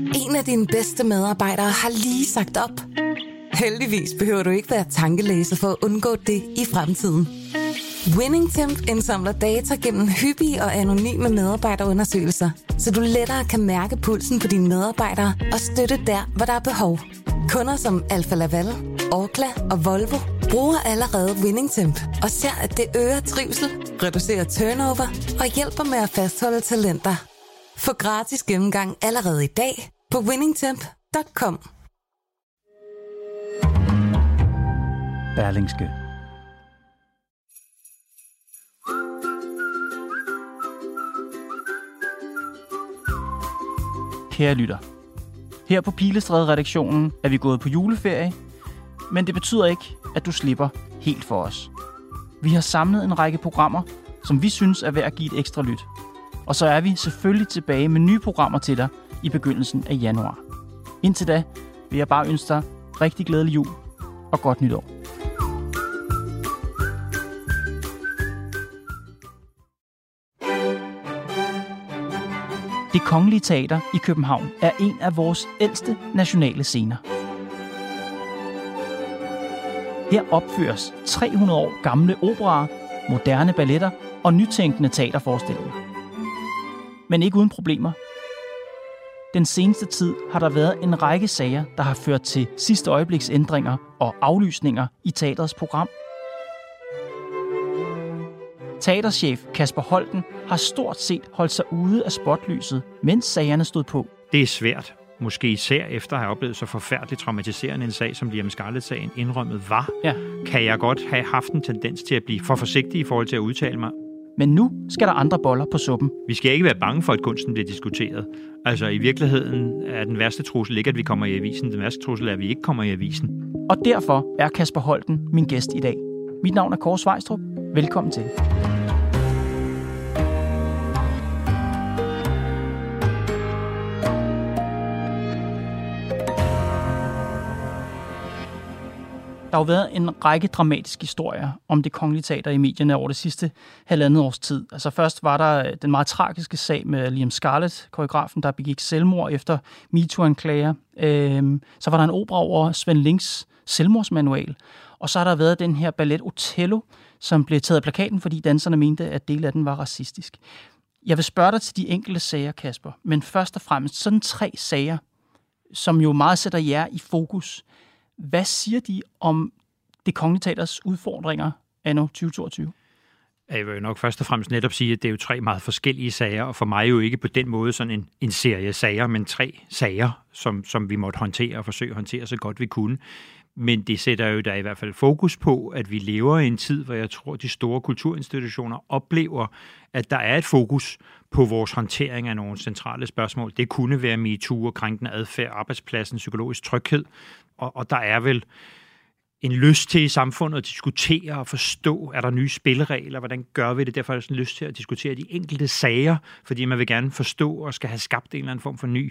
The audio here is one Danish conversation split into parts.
En af dine bedste medarbejdere har lige sagt op. Heldigvis behøver du ikke være tankelæser for at undgå det i fremtiden. WinningTemp indsamler data gennem hyppige og anonyme medarbejderundersøgelser, så du lettere kan mærke pulsen på dine medarbejdere og støtte der, hvor der er behov. Kunder som Alfa Laval, Orkla og Volvo bruger allerede WinningTemp og ser, at det øger trivsel, reducerer turnover og hjælper med at fastholde talenter. Få gratis gennemgang allerede i dag på winningtemp.com. Berlingske. Kære lytter, her på Pilestræde-redaktionen er vi gået på juleferie, men det betyder ikke, at du slipper helt for os. Vi har samlet en række programmer, som vi synes er værd at give et ekstra lyt. Og så er vi selvfølgelig tilbage med nye programmer til dig i begyndelsen af januar. Indtil da vil jeg bare ønske dig rigtig glædelig jul og godt nytår. Det Kongelige Teater i København er en af vores ældste nationale scener. Her opføres 300 år gamle operaer, moderne balletter og nytænkende teaterforestillinger. Men ikke uden problemer. Den seneste tid har der været en række sager, der har ført til sidste øjebliks ændringer og aflysninger i teatrets program. Teaterchef Kasper Holten har stort set holdt sig ude af spotlyset, mens sagerne stod på. Det er svært, måske især efter at have oplevet så forfærdeligt traumatiserende en sag, som Liam Scarlett-sagen indrømmet var. Ja. Kan jeg godt have haft en tendens til at blive for forsigtig i forhold til at udtale mig. Men nu skal der andre boller på suppen. Vi skal ikke være bange for, at kunsten bliver diskuteret. Altså i virkeligheden er den værste trussel ikke, at vi kommer i avisen. Den værste trussel er, at vi ikke kommer i avisen. Og derfor er Kasper Holten min gæst i dag. Mit navn er Kåre Svejstrup. Velkommen til. Der har jo været en række dramatiske historier om Det Kongelige Teater i medierne over det sidste halvandet års tid. Altså først var der den meget tragiske sag med Liam Scarlett, koreografen, der begik selvmord efter MeToo-anklager. Så var der en opera over Svend Links selvmordsmanual. Og så har der været den her ballet Otello, som blev taget af plakaten, fordi danserne mente, at dele af den var racistisk. Jeg vil spørge dig til de enkelte sager, Kasper. Men først og fremmest sådan 3 sager, som jo meget sætter jer i fokus. Hvad siger de om Det Kongelige Teaters udfordringer anno 2022? Jeg vil nok først og fremmest netop sige, at det er jo 3 meget forskellige sager, og for mig jo ikke på den måde sådan en serie sager, men 3 sager, som vi måtte håndtere og forsøge at håndtere så godt vi kunne. Men det sætter jo der i hvert fald fokus på, at vi lever i en tid, hvor jeg tror, at de store kulturinstitutioner oplever, at der er et fokus på vores håndtering af nogle centrale spørgsmål. Det kunne være MeToo og krænkende adfærd, arbejdspladsen, psykologisk tryghed, og der er vel en lyst til i samfundet at diskutere og forstå, er der nye spilleregler, hvordan gør vi det? Derfor er der sådan en lyst til at diskutere de enkelte sager, fordi man vil gerne forstå og skal have skabt en eller anden form for ny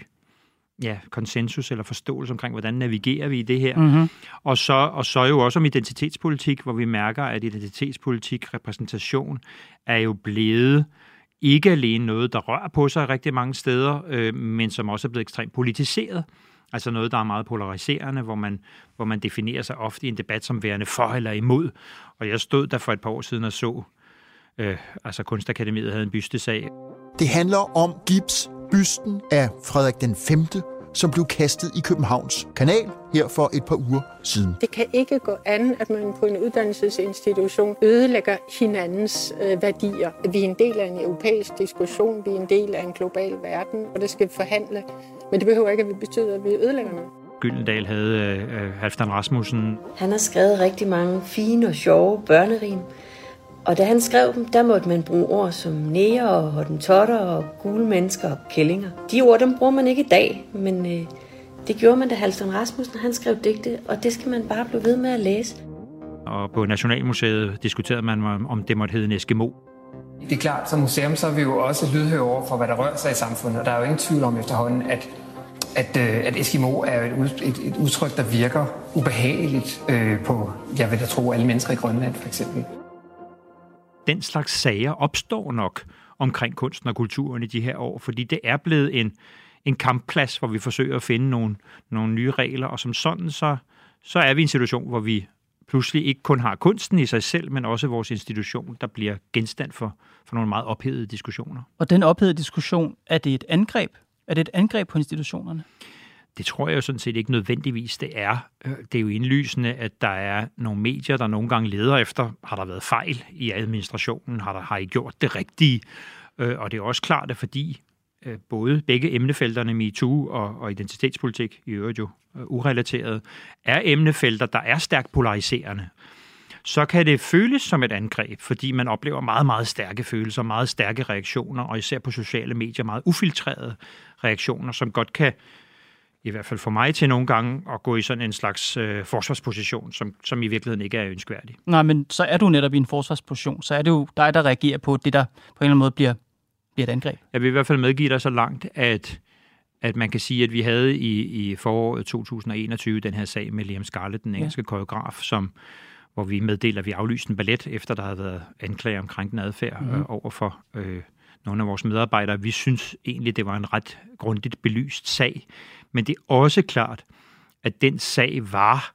konsensus eller forståelse omkring, hvordan navigerer vi i det her. Mm-hmm. Og så jo også om identitetspolitik, hvor vi mærker, at identitetspolitik, repræsentation, er jo blevet ikke alene noget, der rører på sig rigtig mange steder, men som også er blevet ekstremt politiseret. Altså noget, der er meget polariserende, hvor man definerer sig ofte i en debat som værende for eller imod. Og jeg stod der for et par år siden og så, Kunstakademiet havde en bystesag. Det handler om gipsbysten af Frederik den 5., som blev kastet i Københavns Kanal her for et par uger siden. Det kan ikke gå an, at man på en uddannelsesinstitution ødelægger hinandens værdier. Vi er en del af en europæisk diskussion, vi er en del af en global verden, og det skal forhandle. Men det behøver ikke at betyde, at vi ødelægger noget. Gyldendal havde Halfdan Rasmussen. Han har skrevet rigtig mange fine og sjove børnerim. Og da han skrev dem, der måtte man bruge ord som næger og hottentotter og gule mennesker og kællinger. De ord, dem bruger man ikke i dag, men det gjorde man, da Halfdan Rasmussen han skrev digte, og det skal man bare blive ved med at læse. Og på Nationalmuseet diskuterede man, om det måtte hedde en Eskimo. Det er klart, som museum så er vi jo også lydhøre over for, hvad der rører sig i samfundet, og der er jo ingen tvivl om efterhånden, at Eskimo er et udtryk, der virker ubehageligt på, jeg vil da tro, alle mennesker i Grønland for eksempel. Den slags sager opstår nok omkring kunsten og kulturen i de her år, fordi det er blevet en kampplads, hvor vi forsøger at finde nogle nye regler, og som sådan, så er vi i en situation, hvor vi pludselig ikke kun har kunsten i sig selv, men også vores institution, der bliver genstand for nogle meget ophedede diskussioner. Og den ophedede diskussion, er det et angreb? Er det et angreb på institutionerne? Det tror jeg jo sådan set ikke nødvendigvis, det er. Det er jo indlysende, at der er nogle medier, der nogle gange leder efter, har der været fejl i administrationen, har I gjort det rigtige? Og det er også klart, at fordi både begge emnefelterne, MeToo og identitetspolitik, i øvrigt jo urelateret, er emnefelter, der er stærkt polariserende, så kan det føles som et angreb, fordi man oplever meget, meget stærke følelser, meget stærke reaktioner, og især på sociale medier meget ufiltrerede reaktioner, som godt kan, i hvert fald for mig til nogle gange, at gå i sådan en slags forsvarsposition, som i virkeligheden ikke er ønskværdig. Nej, men så er du netop i en forsvarsposition, så er det jo dig, der reagerer på det, der på en eller anden måde bliver et angreb. Jeg vil i hvert fald medgive dig så langt, at man kan sige, at vi havde i foråret 2021 den her sag med Liam Scarlett, den engelske koreograf, hvor vi meddeler, at vi aflyste en ballet, efter der havde været anklager om krænkende adfærd over for nogle af vores medarbejdere. Vi synes egentlig, det var en ret grundigt belyst sag. Men det er også klart, at den sag var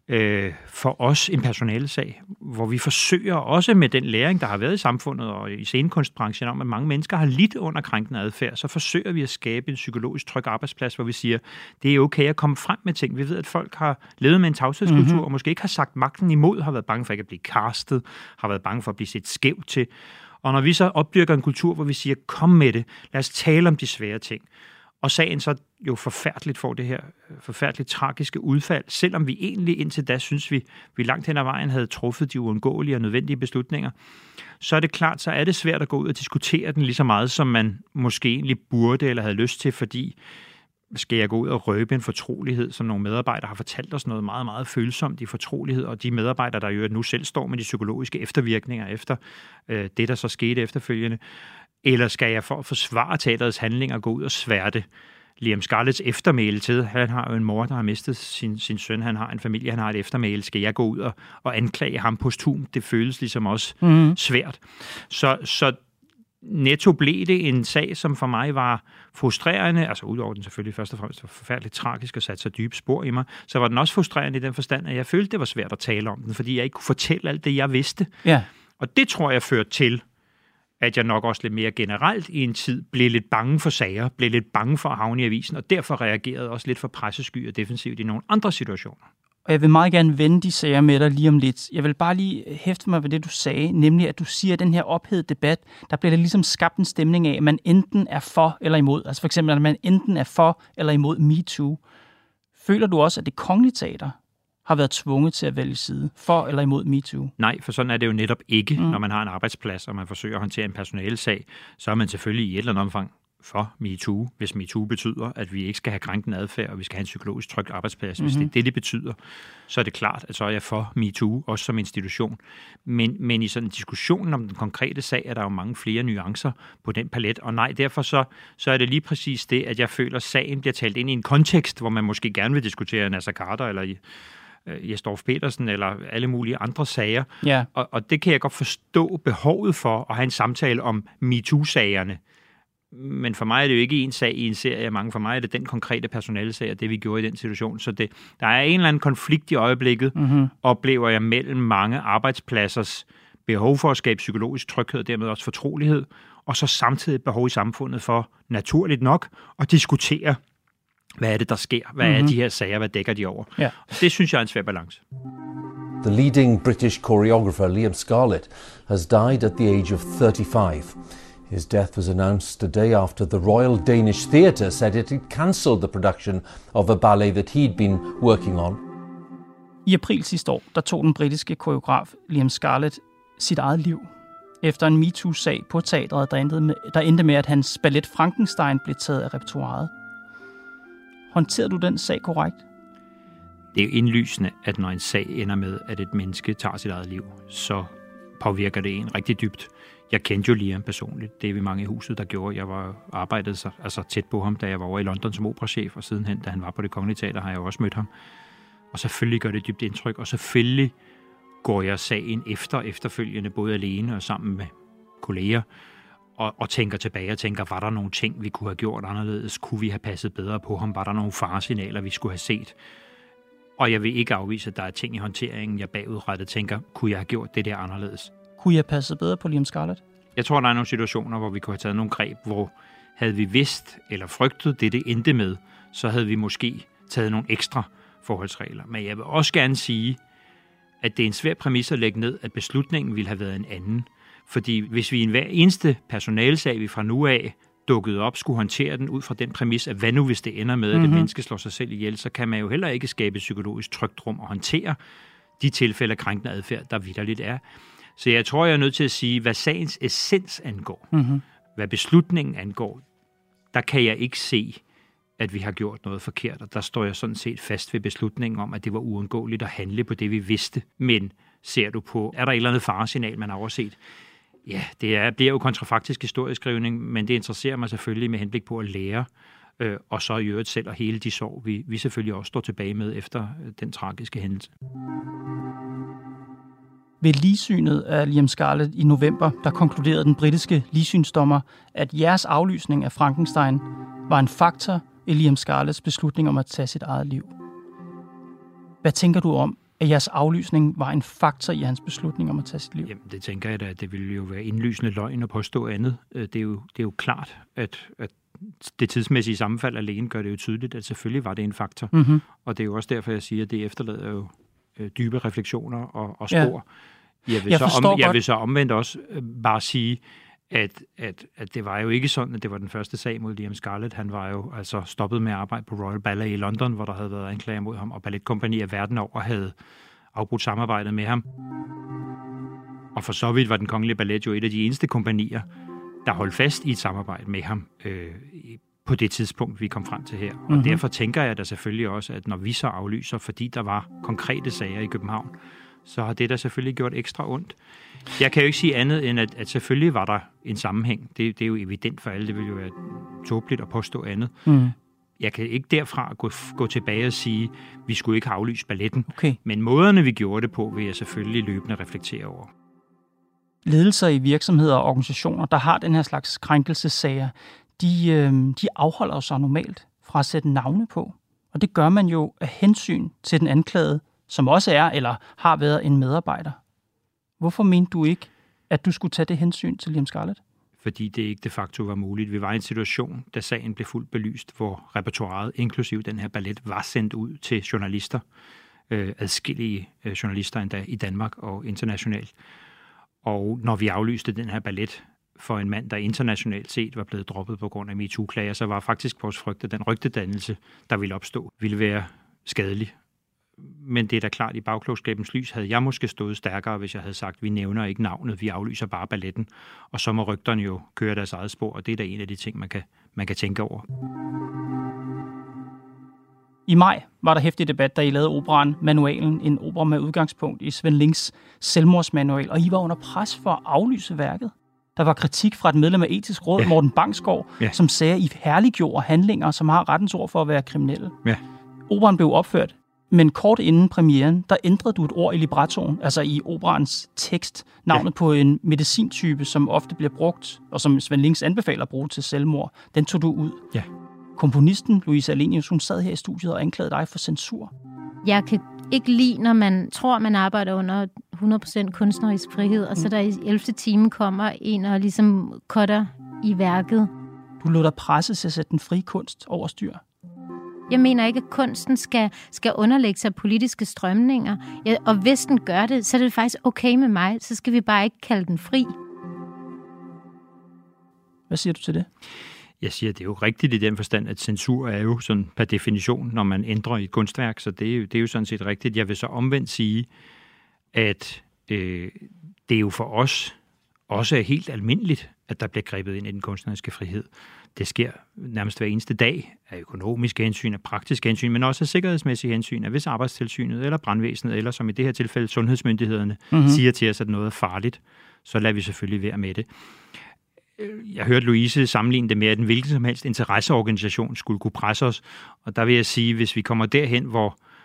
for os en personalesag, hvor vi forsøger også med den læring, der har været i samfundet og i scenekunstbranchen om, at mange mennesker har lidt under krænkende adfærd, så forsøger vi at skabe en psykologisk tryg arbejdsplads, hvor vi siger, det er okay at komme frem med ting. Vi ved, at folk har levet med en tavshedskultur, og måske ikke har sagt magten imod, har været bange for ikke at blive castet, har været bange for at blive set skævt til. Og når vi så opdyrker en kultur, hvor vi siger, kom med det, lad os tale om de svære ting. Og sagen så jo forfærdeligt får det her forfærdeligt tragiske udfald, selvom vi egentlig indtil da synes vi langt hen ad vejen havde truffet de uundgåelige og nødvendige beslutninger, så er det klart, så er det svært at gå ud og diskutere den lige så meget, som man måske egentlig burde eller havde lyst til, fordi skal jeg gå ud og røbe en fortrolighed, som nogle medarbejdere har fortalt os noget meget, meget følsomt i fortrolighed, og de medarbejdere, der jo nu selv står med de psykologiske eftervirkninger efter det, der så skete efterfølgende, eller skal jeg for at forsvare teaterets handlinger gå ud og sværte Liam Scarletts eftermæle til? Han har jo en mor, der har mistet sin søn, han har en familie, han har et eftermæle. Skal jeg gå ud og anklage ham postumt? Det føles ligesom også svært. Så netto blev det en sag, som for mig var frustrerende, altså udover den selvfølgelig først og fremmest var forfærdeligt tragisk og satte så dybe spor i mig, så var den også frustrerende i den forstand, at jeg følte, det var svært at tale om den, fordi jeg ikke kunne fortælle alt det, jeg vidste. Ja. Og det tror jeg førte til, at jeg nok også lidt mere generelt i en tid blev lidt bange for sager, blev lidt bange for at havne i avisen, og derfor reagerede også lidt for pressesky og defensivt i nogle andre situationer. Og jeg vil meget gerne vende de sager med dig lige om lidt. Jeg vil bare lige hæfte mig ved det, du sagde, nemlig at du siger, at den her ophedede debat, der bliver det ligesom skabt en stemning af, at man enten er for eller imod. Altså for eksempel, at man enten er for eller imod MeToo. Føler du også, at Det Kongelige Teater har været tvunget til at vælge side for eller imod MeToo? Nej, for sådan er det jo netop ikke, når man har en arbejdsplads, og man forsøger at håndtere en personalesag. Så er man selvfølgelig i et eller andet omfang for MeToo, hvis MeToo betyder, at vi ikke skal have krænkende adfærd, og vi skal have en psykologisk tryg arbejdsplads. Hvis det betyder, så er det klart, at så er jeg for MeToo, også som institution. Men i sådan en diskussion om den konkrete sag, er der jo mange flere nuancer på den palet, og nej, derfor så er det lige præcis det, at jeg føler, at sagen bliver talt ind i en kontekst, hvor man måske gerne vil diskutere Naser Khader, eller Jes Dorph Petersen eller alle mulige andre sager. Ja. Og det kan jeg godt forstå behovet for at have en samtale om MeToo-sagerne. Men for mig er det jo ikke en sag i en serie. Mange for mig er det den konkrete personalesag, og det vi gjorde i den situation. Så der er en eller anden konflikt i øjeblikket, oplever jeg mellem mange arbejdspladsers behov for at skabe psykologisk tryghed, og dermed også fortrolighed, og så samtidig behov i samfundet for, naturligt nok, at diskutere, hvad er det, der sker? Hvad er de her sager? Hvad dækker de over? Ja. Det synes jeg er en svær balance. The leading British choreographer Liam Scarlett has died at the age of 35. His death was announced a day after the Royal Danish Theatre said it had cancelled the production of a ballet that he'd been working on. I april sidste år, der tog den britiske koreograf Liam Scarlett sit eget liv. Efter en MeToo-sag på teatret, der endte med, at hans ballet Frankenstein blev taget af repertoiret. Håndterede du den sag korrekt? Det er jo indlysende, at når en sag ender med, at et menneske tager sit eget liv, så påvirker det en rigtig dybt. Jeg kendte jo Liam personligt. Det er vi mange i huset, der gjorde. Jeg arbejdede så tæt på ham, da jeg var over i London som operachef, og sidenhen, da han var på Det Kongelige Teater, har jeg også mødt ham. Og selvfølgelig gør det dybt indtryk, og selvfølgelig går jeg sagen efterfølgende, både alene og sammen med kolleger. og tænker tilbage og tænker, var der nogle ting, vi kunne have gjort anderledes? Kunne vi have passet bedre på ham? Var der nogle faresignaler, vi skulle have set? Og jeg vil ikke afvise, at der er ting i håndteringen, jeg bagudrettet tænker, kunne jeg have gjort det der anderledes? Kunne jeg have passet bedre på Liam Scarlett? Jeg tror, der er nogle situationer, hvor vi kunne have taget nogle greb, hvor havde vi vidst eller frygtet det endte med, så havde vi måske taget nogle ekstra forholdsregler. Men jeg vil også gerne sige, at det er en svær præmis at lægge ned, at beslutningen ville have været en anden. Fordi hvis vi i hver eneste personalesag, vi fra nu af dukkede op, skulle håndtere den ud fra den præmis, at hvad nu hvis det ender med, at det menneske slår sig selv ihjel, så kan man jo heller ikke skabe et psykologisk trygt rum og håndtere de tilfælde af krænkende adfærd, der vitterligt er. Så jeg tror, jeg er nødt til at sige, hvad sagens essens angår, hvad beslutningen angår, der kan jeg ikke se, at vi har gjort noget forkert, og der står jeg sådan set fast ved beslutningen om, at det var uundgåeligt at handle på det, vi vidste. Men ser du på, er der et eller andet faresignal, man har overset? Ja, det bliver jo kontrafaktisk historieskrivning, men det interesserer mig selvfølgelig med henblik på at lære, og så i øvrigt selv og hele de sorg, vi selvfølgelig også står tilbage med efter den tragiske hændelse. Ved ligsynet af Liam Scarlett i november, der konkluderede den britiske ligsynsdommer, at jeres aflysning af Frankenstein var en faktor i Liam Scarletts beslutning om at tage sit eget liv. Hvad tænker du om, at jeres aflysning var en faktor i hans beslutning om at tage sit liv? Jamen, det tænker jeg da, at det ville jo være indlysende løgn at påstå andet. Det er jo klart, at det tidsmæssige sammenfald alene gør det jo tydeligt, at selvfølgelig var det en faktor. Mm-hmm. Og det er jo også derfor, jeg siger, at det efterlader jo dybe refleksioner og spor. Ja. Jeg vil så omvendt også bare sige, at det var jo ikke sådan, at det var den første sag mod Liam Scarlett. Han var jo altså stoppet med at arbejde på Royal Ballet i London, hvor der havde været anklager mod ham, og balletkompagnier verden over havde afbrudt samarbejdet med ham. Og for så vidt var den Kongelige Ballet jo et af de eneste kompagnier, der holdt fast i et samarbejde med ham på det tidspunkt, vi kom frem til her. Og derfor tænker jeg da selvfølgelig også, at når vi så aflyser, fordi der var konkrete sager i København, så har det da selvfølgelig gjort ekstra ondt. Jeg kan jo ikke sige andet, end at selvfølgelig var der en sammenhæng. Det er jo evident for alle. Det vil jo være tåbeligt at påstå andet. Jeg kan ikke derfra gå tilbage og sige, at vi skulle ikke have aflyst balletten. Okay. Men måderne, vi gjorde det på, vil jeg selvfølgelig løbende reflektere over. Ledelser i virksomheder og organisationer, der har den her slags krænkelsessager, de afholder sig normalt fra at sætte navne på. Og det gør man jo af hensyn til den anklagede, som også er eller har været en medarbejder. Hvorfor mente du ikke, at du skulle tage det hensyn til Liam Scarlett? Fordi det ikke de facto var muligt. Vi var i en situation, da sagen blev fuldt belyst, hvor repertoiret, inklusiv den her ballet, var sendt ud til journalister. Adskillige journalister endda i Danmark og internationalt. Og når vi aflyste den her ballet for en mand, der internationalt set var blevet droppet på grund af MeToo-klager, så var faktisk vores frygt, at den rygtedannelse, der ville opstå, ville være skadelig. Men det er da klart, i bagklogskabens lys havde jeg måske stået stærkere, hvis jeg havde sagt, vi nævner ikke navnet, vi aflyser bare balletten, og så må rygterne jo køre deres eget spor, og det er da en af de ting, man kan tænke over. I maj var der heftig debat, da I lavede operaen Manualen, en opera med udgangspunkt i Svend Links selvmordsmanual, og I var under pres for at aflyse værket. Der var kritik fra et medlem af Etisk Råd, Morten Bangsgaard, som sagde, at I herliggjorde handlinger, som har rettens ord for at være kriminelle. Ja. Operaen blev opført, men kort inden premieren, der ændrede du et ord i librettoen, altså i operaens tekst, navnet på en medicintype, som ofte bliver brugt, og som Svend Links anbefaler at bruge til selvmord. Den tog du ud. Ja. Komponisten Louise Alenius, hun sad her i studiet og anklagede dig for censur. Jeg kan ikke lide, når man tror, man arbejder under 100% kunstnerisk frihed, og så der i 11. time kommer en og ligesom cutter i værket. Du lod dig presse til at sætte den frie kunst over styr. Jeg mener ikke, at kunsten skal underlægge sig politiske strømninger. Og hvis den gør det, så er det faktisk okay med mig. Så skal vi bare ikke kalde den fri. Hvad siger du til det? Jeg siger, det er jo rigtigt i den forstand, at censur er jo sådan per definition, når man ændrer i et kunstværk, så det er jo sådan set rigtigt. Jeg vil så omvendt sige, at det er jo for os også er helt almindeligt, at der bliver grebet ind i den kunstneriske frihed. Det sker nærmest hver eneste dag af økonomiske hensyn, af praktiske hensyn, men også af sikkerhedsmæssige hensyn, af hvis Arbejdstilsynet eller brandvæsenet, eller som i det her tilfælde sundhedsmyndighederne, siger til os, at noget er farligt, så lader vi selvfølgelig være med det. Jeg hørte Louise sammenligne det med, at en hvilken som helst interesseorganisation skulle kunne presse os, og der vil jeg sige, hvis vi kommer derhen, hvor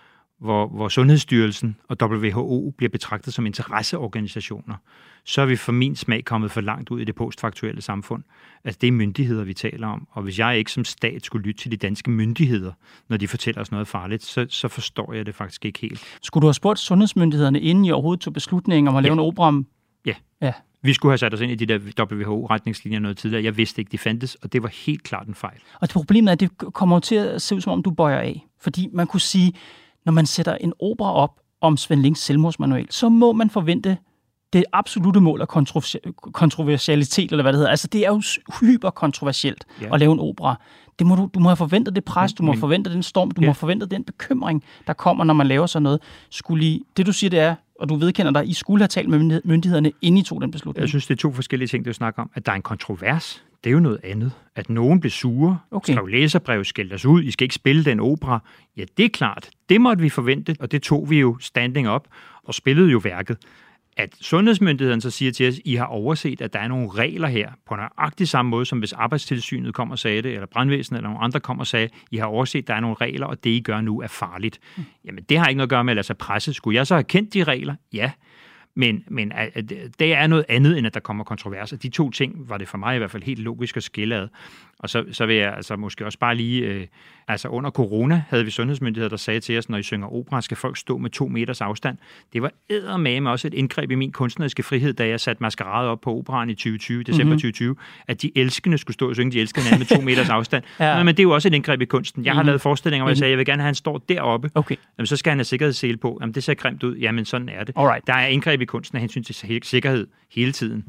hvor Sundhedsstyrelsen og WHO bliver betragtet som interesseorganisationer, så er vi for min smag kommet for langt ud i det postfaktuelle samfund. Altså det er myndigheder, vi taler om. Og hvis jeg ikke som stat skulle lytte til de danske myndigheder, når de fortæller os noget farligt, så forstår jeg det faktisk ikke helt. Skulle du have spurgt sundhedsmyndighederne, inden I overhovedet tog beslutningen om at lave en opera? Ja. Vi skulle have sat os ind i de der WHO-retningslinjer noget tidligere. Jeg vidste ikke, de fandtes, og det var helt klart en fejl. Og det problemet er, at det kommer til at se ud, som om du bøjer af. Fordi man kunne sige, når man sætter en opera op om Svend Links selvmordsmanual, så må man forvente det absolutte mål af kontroversialitet, eller hvad det hedder. Altså, det er jo hyperkontroversielt at lave en opera. Du må have forventet det pres, du må forvente den storm, du må forvente den bekymring, der kommer, når man laver sådan noget. Det, du siger, det er, og du vedkender dig, I skulle have talt med myndighederne, inden I tog den beslutning. Jeg synes, det er to forskellige ting, du snakker om. At der er en kontrovers, det er jo noget andet. At nogen blev sure, skrev læserbrev, skældte os ud, I skal ikke spille den opera. Ja, det er klart. Det måtte vi forvente, og det tog vi jo standing up og spillede jo værket. At sundhedsmyndigheden så siger til os, I har overset, at der er nogle regler her, på nøjagtig samme måde, som hvis Arbejdstilsynet kom og sagde det, eller brandvæsenet eller nogle andre kom og sagde, I har overset, at der er nogle regler, og det, I gør nu, er farligt. Jamen, det har ikke noget at gøre med at lade sig presse. Skulle jeg så have kendt de regler? Ja. Men det er noget andet, end at der kommer kontroverser. De to ting var det for mig i hvert fald helt logisk at skille ad. Og så vil jeg altså måske også bare lige... under corona havde vi sundhedsmyndigheder, der sagde til os, når I synger opera, skal folk stå med 2 meters afstand. Det var eddermame også et indgreb i min kunstneriske frihed, da jeg satte maskerade op på operaen i 2020, december 2020, at de elskende skulle stå og synge de elskende med 2 meters afstand. Men det er jo også et indgreb i kunsten. Jeg har lavet forestillinger, hvor jeg sagde, jeg vil gerne have, at han står deroppe. Okay. Jamen, så skal han have sikkerhedssele på. Jamen, det ser grimt ud. Jamen, sådan er det. Alright. Der er indgreb i kunsten af hensyn til sikkerhed hele tiden.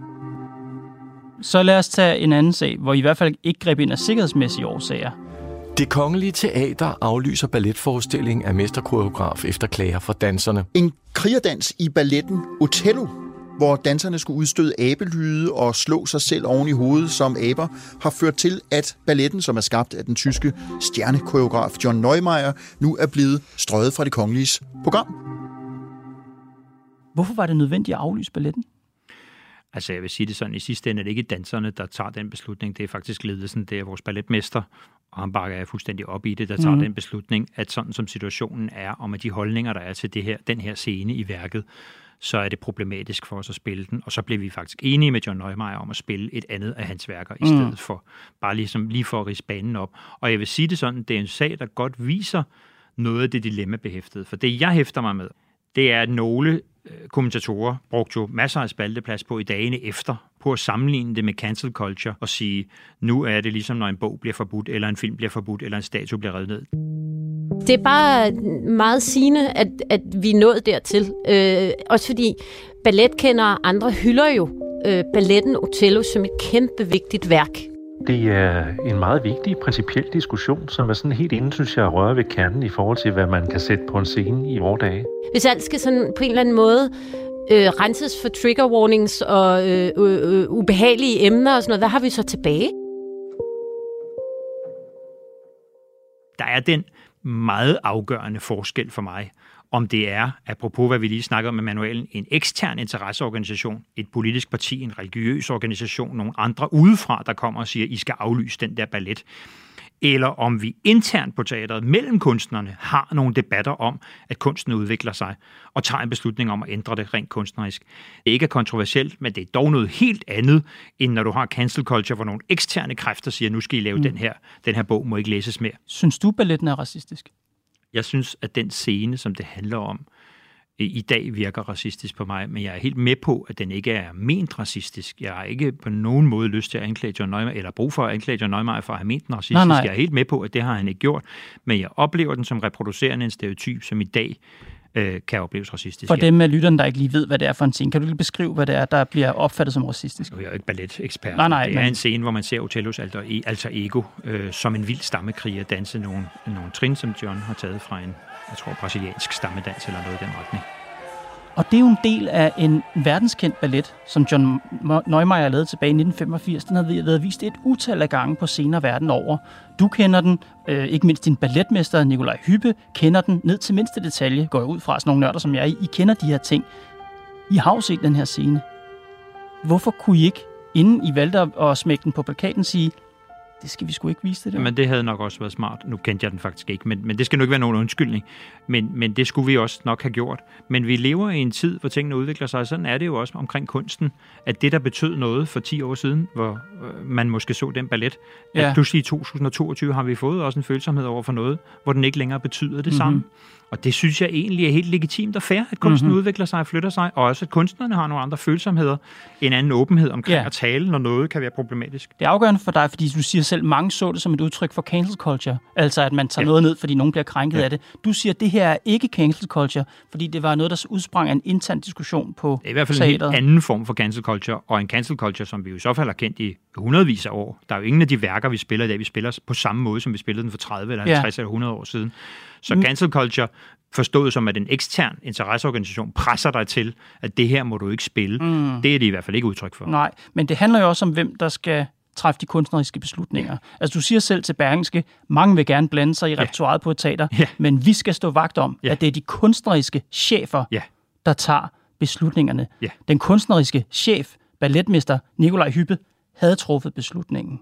Så lad os tage en anden sag, hvor I hvert fald ikke greb ind af sikkerhedsmæssige årsager. Det Kongelige Teater aflyser balletforestilling af mesterkoreograf efter klager fra danserne. En krigerdans i balletten Othello, hvor danserne skulle udstøde abelyde og slå sig selv oven i hovedet som aber, har ført til, at balletten, som er skabt af den tyske stjernekoreograf John Neumeier, nu er blevet strøget fra det kongeliges program. Hvorfor var det nødvendigt at aflyse balletten? Altså, jeg vil sige det sådan, i sidste ende er det ikke danserne, der tager den beslutning. Det er faktisk ledelsen, det er vores balletmester, og han bakker jeg fuldstændig op i det, der tager den beslutning, at sådan som situationen er, og med de holdninger, der er til den her scene i værket, så er det problematisk for os at spille den. Og så blev vi faktisk enige med John Neumeier om at spille et andet af hans værker, i stedet for bare lige for at ridse banen op. Og jeg vil sige det sådan, det er en sag, der godt viser noget af det dilemmabehæftede. For det, jeg hæfter mig med, det er, at nogle kommentatorer brugte jo masser af spalteplads på i dagene efter, på at sammenligne det med cancel culture og sige, nu er det ligesom, når en bog bliver forbudt, eller en film bliver forbudt, eller en statue bliver revet ned. Det er bare meget sigende, at vi er nået dertil. Også fordi balletkendere og andre hylder jo balletten Othello som et kæmpe vigtigt værk. Det er en meget vigtig principiel diskussion, som er sådan helt inde, synes jeg, rører ved kernen i forhold til, hvad man kan sætte på en scene i vore dage. Hvis alt skal sådan på en eller anden måde renses for trigger warnings og ubehagelige emner og sådan noget, hvad har vi så tilbage? Der er den meget afgørende forskel for mig, om det er, apropos hvad vi lige snakkede om med manualen, en ekstern interesseorganisation, et politisk parti, en religiøs organisation, nogle andre udefra, der kommer og siger, I skal aflyse den der ballet. Eller om vi internt på teateret mellem kunstnerne har nogle debatter om, at kunsten udvikler sig, og tager en beslutning om at ændre det rent kunstnerisk. Det ikke er kontroversielt, men det er dog noget helt andet, end når du har cancel culture, hvor nogle eksterne kræfter siger, nu skal I lave den her bog, må ikke læses mere. Synes du, balletten er racistisk? Jeg synes, at den scene, som det handler om, i dag virker racistisk på mig, men jeg er helt med på, at den ikke er ment racistisk. Jeg har ikke på nogen måde lyst til at anklage John Neumeier, eller brug for at anklage John Neumeier for at have ment den racistisk. Nej. Jeg er helt med på, at det har han ikke gjort, men jeg oplever den som reproducerende en stereotyp, som i dag kan opleves racistisk. For dem af lytterne, der ikke lige ved, hvad det er for en scene, kan du lige beskrive, hvad det er, der bliver opfattet som racistisk? Jeg er jo ikke balletekspert. Nej, det er en scene, hvor man ser Othellos alter ego som en vild stammekriger danse nogle trin, som John har taget fra en, jeg tror, brasiliansk stammedans eller noget i den retning. Og det er jo en del af en verdenskendt ballet, som John Neumeier lavede tilbage i 1985. Den har været vist et utal af gange på scener verden over. Du kender den, ikke mindst din balletmester Nikolaj Hyppe kender den ned til mindste detalje, går jeg ud fra, sådan nogle nørder som jeg. I kender de her ting. I har jo set den her scene. Hvorfor kunne I ikke, inden I valgte at smække den på plakaten, sige, det skal vi sgu ikke vise det der. Men det havde nok også været smart. Nu kendte jeg den faktisk ikke, men det skal nok ikke være nogen undskyldning. Men det skulle vi også nok have gjort. Men vi lever i en tid, hvor tingene udvikler sig, sådan er det jo også omkring kunsten, at det, der betød noget for 10 år siden, hvor man måske så den ballet, at pludselig i 2022 har vi fået også en følsomhed over for noget, hvor den ikke længere betyder det samme. Og det synes jeg egentlig er helt legitimt og fair, at kunsten udvikler sig og flytter sig, og også at kunstnerne har nogle andre følsomheder, en anden åbenhed omkring at tale, når noget kan være problematisk. Det er afgørende for dig, fordi du siger selv, mange så det som et udtryk for cancel culture, altså at man tager noget ned, fordi nogen bliver krænket af det. Du siger, at det her er ikke cancel culture, fordi det var noget, der udsprang af en intern diskussion på teateret. Det er i hvert fald en helt anden form for cancel culture, og en cancel culture, som vi jo i så fald har kendt i hundredvis af år. Der er jo ingen af de værker, vi spiller i dag, vi spiller på samme måde, som vi spillede den for 30 eller 50 eller 100 år siden. Så cancel culture forstået som, at en ekstern interesseorganisation presser dig til, at det her må du ikke spille. Det er det i hvert fald ikke udtryk for. Nej, men det handler jo også om, hvem der skal træffe de kunstneriske beslutninger. Altså, du siger selv til Berlingske, mange vil gerne blande sig i repertoiret på et teater, men vi skal stå vagt om, at det er de kunstneriske chefer, der tager beslutningerne. Den kunstneriske chef, balletmester Nikolaj Hübbe, havde truffet beslutningen.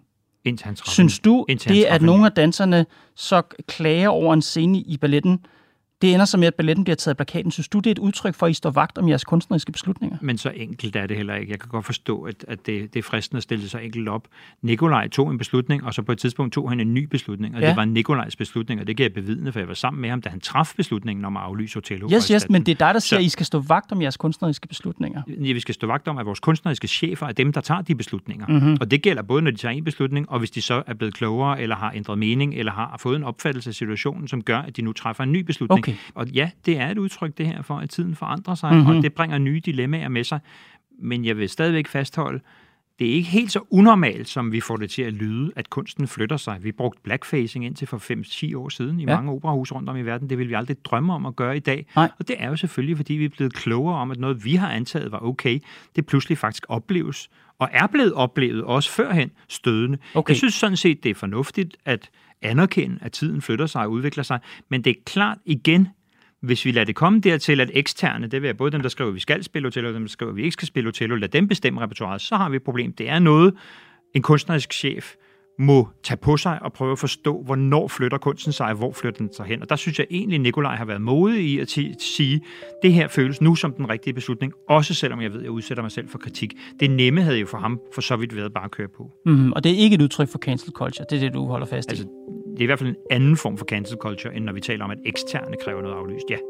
Synes du, det at nogle af danserne så klager over en scene i balletten, det ender så med, at balletten bliver taget af plakaten. Synes du, det er et udtryk for, at I står vagt om jeres kunstneriske beslutninger? Men så enkelt er det heller ikke. Jeg kan godt forstå, at det er fristende at stille sig enkelt op. Nikolaj tog en beslutning, og så på et tidspunkt tog han en ny beslutning, og det var Nikolajs beslutning, og det kan jeg bevidne, for jeg var sammen med ham, da han traf beslutningen om at aflyse Otello. Yes, men det er dig, der siger, at I skal stå vagt om jeres kunstneriske beslutninger. Ja, vi skal stå vagt om, at vores kunstneriske chefer er dem, der tager de beslutninger. Og det gælder både, når de tager en beslutning, og hvis de så er blevet klogere, eller har ændret mening, eller har fået en opfattelse af situationen, som gør, at de nu træffer en ny beslutning. Okay. Og ja, det er et udtryk, det her, for at tiden forandrer sig, og det bringer nye dilemmaer med sig. Men jeg vil stadigvæk fastholde, det er ikke helt så unormalt, som vi får det til at lyde, at kunsten flytter sig. Vi brugte blackfacing indtil for 5-10 år siden i mange operahuse rundt om i verden. Det vil vi aldrig drømme om at gøre i dag. Nej. Og det er jo selvfølgelig, fordi vi er blevet klogere om, at noget, vi har antaget var okay, det pludselig faktisk opleves, og er blevet oplevet også førhen stødende. Okay. Jeg synes sådan set, det er fornuftigt at anerkende, at tiden flytter sig og udvikler sig, men det er klart igen, hvis vi lader det komme dertil, at eksterne, det vil være både dem, der skriver, at vi skal spille Otello, og dem, der skriver, at vi ikke skal spille Otello, lad dem bestemme repertoiret, så har vi et problem. Det er noget, en kunstnerisk chef må tage på sig og prøve at forstå, hvornår flytter kunsten sig, og hvor flytter den sig hen. Og der synes jeg egentlig, at Nikolaj har været modig i at sige, det her føles nu som den rigtige beslutning, også selvom jeg ved, at jeg udsætter mig selv for kritik. Det nemme havde jo for ham for så vidt været bare at køre på. Og det er ikke et udtryk for cancel culture, det er det, du holder fast i? Altså, det er i hvert fald en anden form for cancel culture, end når vi taler om, at eksterne kræver noget aflyst. Ja.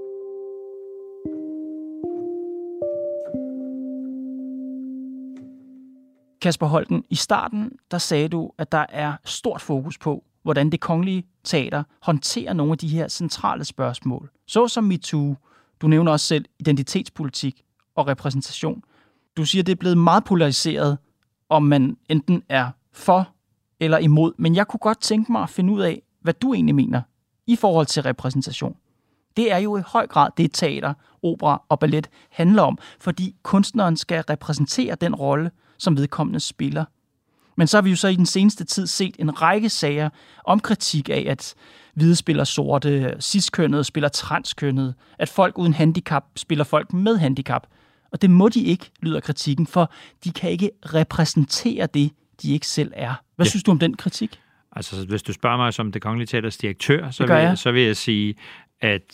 Kasper Holten, i starten, der sagde du, at der er stort fokus på, hvordan Det Kongelige Teater håndterer nogle af de her centrale spørgsmål. Såsom MeToo, du nævner også selv identitetspolitik og repræsentation. Du siger, at det er blevet meget polariseret, om man enten er for eller imod. Men jeg kunne godt tænke mig at finde ud af, hvad du egentlig mener i forhold til repræsentation. Det er jo i høj grad det, teater, opera og ballet handler om, fordi kunstneren skal repræsentere den rolle, som vedkommende spiller. Men så har vi jo så i den seneste tid set en række sager om kritik af, at hvide spiller sorte, cis-kønnede spiller transkønnede, at folk uden handicap spiller folk med handicap. Og det må de ikke, lyder kritikken, for de kan ikke repræsentere det, de ikke selv er. Hvad synes du om den kritik? Altså, hvis du spørger mig som Det Kongelige Teaters direktør, så vil jeg sige, at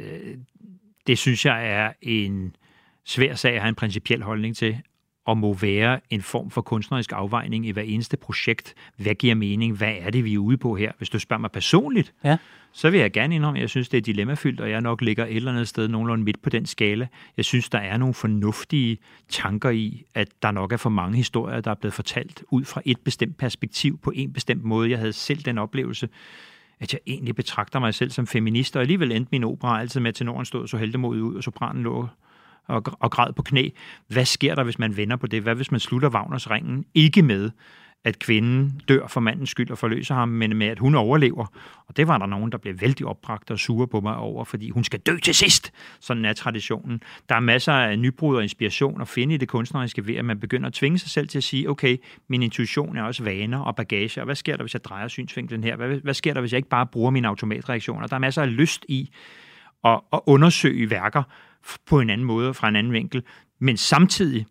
det synes jeg er en svær sag at have en principiel holdning til, og må være en form for kunstnerisk afvejning i hver eneste projekt. Hvad giver mening? Hvad er det, vi er ude på her? Hvis du spørger mig personligt, så vil jeg gerne indrømme, at jeg synes, det er dilemmafyldt, og jeg nok ligger et eller andet sted nogenlunde midt på den skala. Jeg synes, der er nogle fornuftige tanker i, at der nok er for mange historier, der er blevet fortalt ud fra et bestemt perspektiv på en bestemt måde. Jeg havde selv den oplevelse, at jeg egentlig betragter mig selv som feminist, og alligevel endte min opera altid med, at tenoren stod så heldemodig ud, og sopranen lå og græd på knæ. Hvad sker der, hvis man vender på det? Hvad hvis man slutter Wagners Ringen? Ikke med, at kvinden dør for mandens skyld og forløser ham, men med, at hun overlever. Og det var der nogen, der blev vældig opbragt og sure på mig over, fordi hun skal dø til sidst. Sådan er traditionen. Der er masser af nybrud og inspiration at finde i det kunstneriske ved, at man begynder at tvinge sig selv til at sige, okay, min intuition er også vaner og bagage, og hvad sker der, hvis jeg drejer synsvinklen her? Hvad sker der, hvis jeg ikke bare bruger mine automatreaktioner? Der er masser af lyst i at undersøge værker på en anden måde, fra en anden vinkel, men samtidig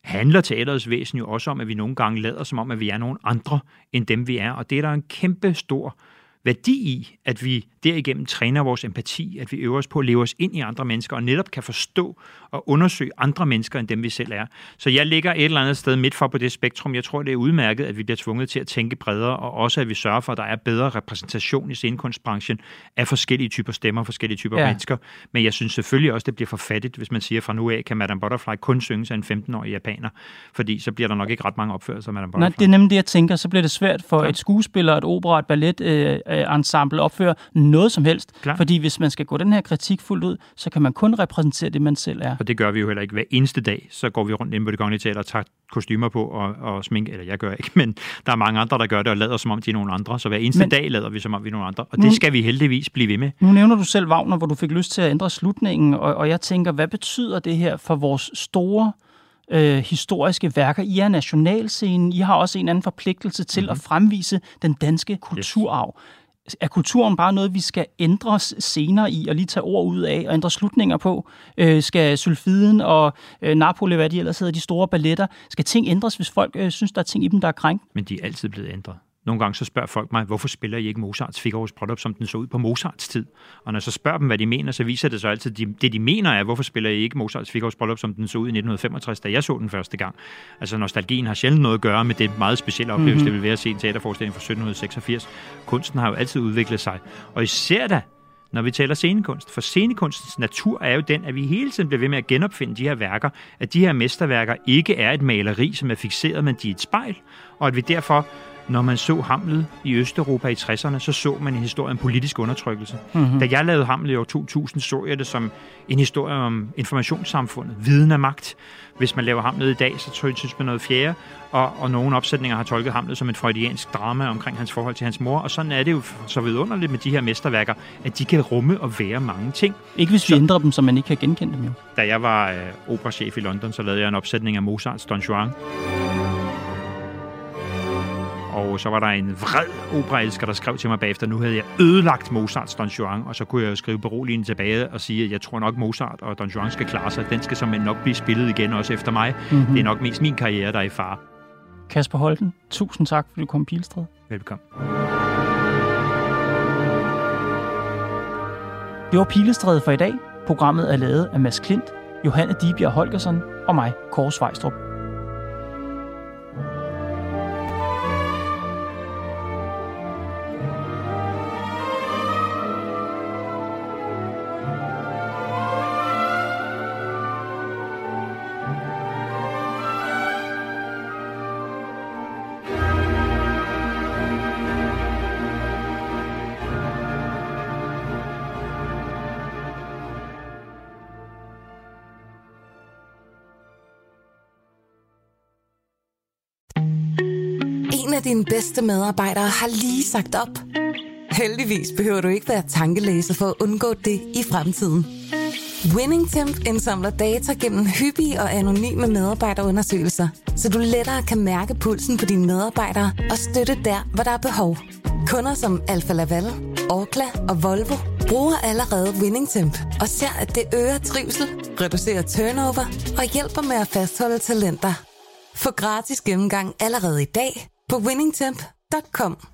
handler teaterets væsen jo også om, at vi nogle gange lader som om, at vi er nogle andre end dem, vi er. Og det er der en kæmpe stor værdi i, at vi derigennem træner vores empati, at vi øver os på at leve os ind i andre mennesker, og netop kan forstå og undersøge andre mennesker, end dem vi selv er. Så jeg ligger et eller andet sted midt for på det spektrum. Jeg tror, det er udmærket, at vi bliver tvunget til at tænke bredere, og også at vi sørger for, at der er bedre repræsentation i scenekunstbranchen af forskellige typer stemmer, forskellige typer mennesker. Men jeg synes selvfølgelig også, det bliver for fattigt, hvis man siger, fra nu af kan Madame Butterfly kun synges af en 15-årig japaner, fordi så bliver der nok ikke ret mange opførelser af Madame Butterfly. Nej, det er nemlig det, jeg tænker. Så bliver det svært for et skuespiller, et opera, et ballet ensemble opføre noget som helst. Klar. Fordi hvis man skal gå den her kritik fuldt ud, så kan man kun repræsentere det, man selv er. Og det gør vi jo heller ikke hver eneste dag. Så går vi rundt inde på Det Kongelige Teater og tager kostymer på og sminke, eller jeg gør ikke, men der er mange andre, der gør det og lader som om de er nogle andre. Så hver eneste dag lader vi som om vi er nogle andre. Og det skal vi heldigvis blive ved med. Nu nævner du selv Wagner, hvor du fik lyst til at ændre slutningen, og jeg tænker, hvad betyder det her for vores store historiske værker? I er nationalscenen. I har også en anden forpligtelse til at fremvise den danske kulturarv. Er kulturen bare noget, vi skal ændre senere i, og lige tage ord ud af, og ændre slutninger på? Skal Sylfiden og Napoli, hvad de ellers hedder, de store balletter, skal ting ændres, hvis folk synes, der er ting i dem, der er krænkt? Men de er altid blevet ændret. Nogle gange så spørger folk mig, hvorfor spiller I ikke Mozarts Figaros Bryllup, som den så ud på Mozarts tid? Og når jeg så spørger dem, hvad de mener, så viser det så altid, det de mener er, hvorfor spiller I ikke Mozarts Figaros Bryllup, som den så ud i 1965, da jeg så den første gang? Altså nostalgien har sjældent noget at gøre med det meget specielle oplevelse, det vil være at se en teaterforestilling fra 1786. Kunsten har jo altid udviklet sig. Og især da, når vi taler scenekunst. For scenekunstens natur er jo den, at vi hele tiden bliver ved med at genopfinde de her værker, at de her mesterværker ikke er et maleri, som er fikseret, men de er et spejl, og at vi derfor, når man så Hamlet i Østeuropa i 60'erne, så man en historie om politisk undertrykkelse. Da jeg lavede Hamlet i år 2000, så jeg det som en historie om informationssamfundet, viden af magt. Hvis man laver Hamlet i dag, så synes man noget fjerde, og nogle opsætninger har tolket Hamlet som et freudiansk drama omkring hans forhold til hans mor, og sådan er det jo så vidunderligt med de her mesterværker, at de kan rumme og være mange ting. Ikke hvis vi ændrer dem, så man ikke kan genkende dem jo. Da jeg var operachef i London, så lavede jeg en opsætning af Mozarts Don Juan. Og så var der en vred operaelsker, der skrev til mig bagefter, nu havde jeg ødelagt Mozarts Don Juan, og så kunne jeg jo skrive beroligende tilbage og sige, at jeg tror nok Mozart og Don Juan skal klare sig. Den skal simpelthen nok blive spillet igen, også efter mig. Det er nok mest min karriere, der er i fare. Kasper Holten, tusind tak, fordi du kom i Pilestræde. Velbekomme. Det var Pilestræde for i dag. Programmet er lavet af Mads Klint, Johanne Dibjerg Holgersen og mig, Kåre Svejstrup. En af dine bedste medarbejdere har lige sagt op. Heldigvis behøver du ikke være tankelæser for at undgå det i fremtiden. WinningTemp indsamler data gennem hyppige og anonyme medarbejderundersøgelser, så du lettere kan mærke pulsen på dine medarbejdere og støtte der, hvor der er behov. Kunder som Alfa Laval, Orkla og Volvo bruger allerede WinningTemp og ser, at det øger trivsel, reducerer turnover og hjælper med at fastholde talenter. Få gratis gennemgang allerede i dag på winningtemp.com.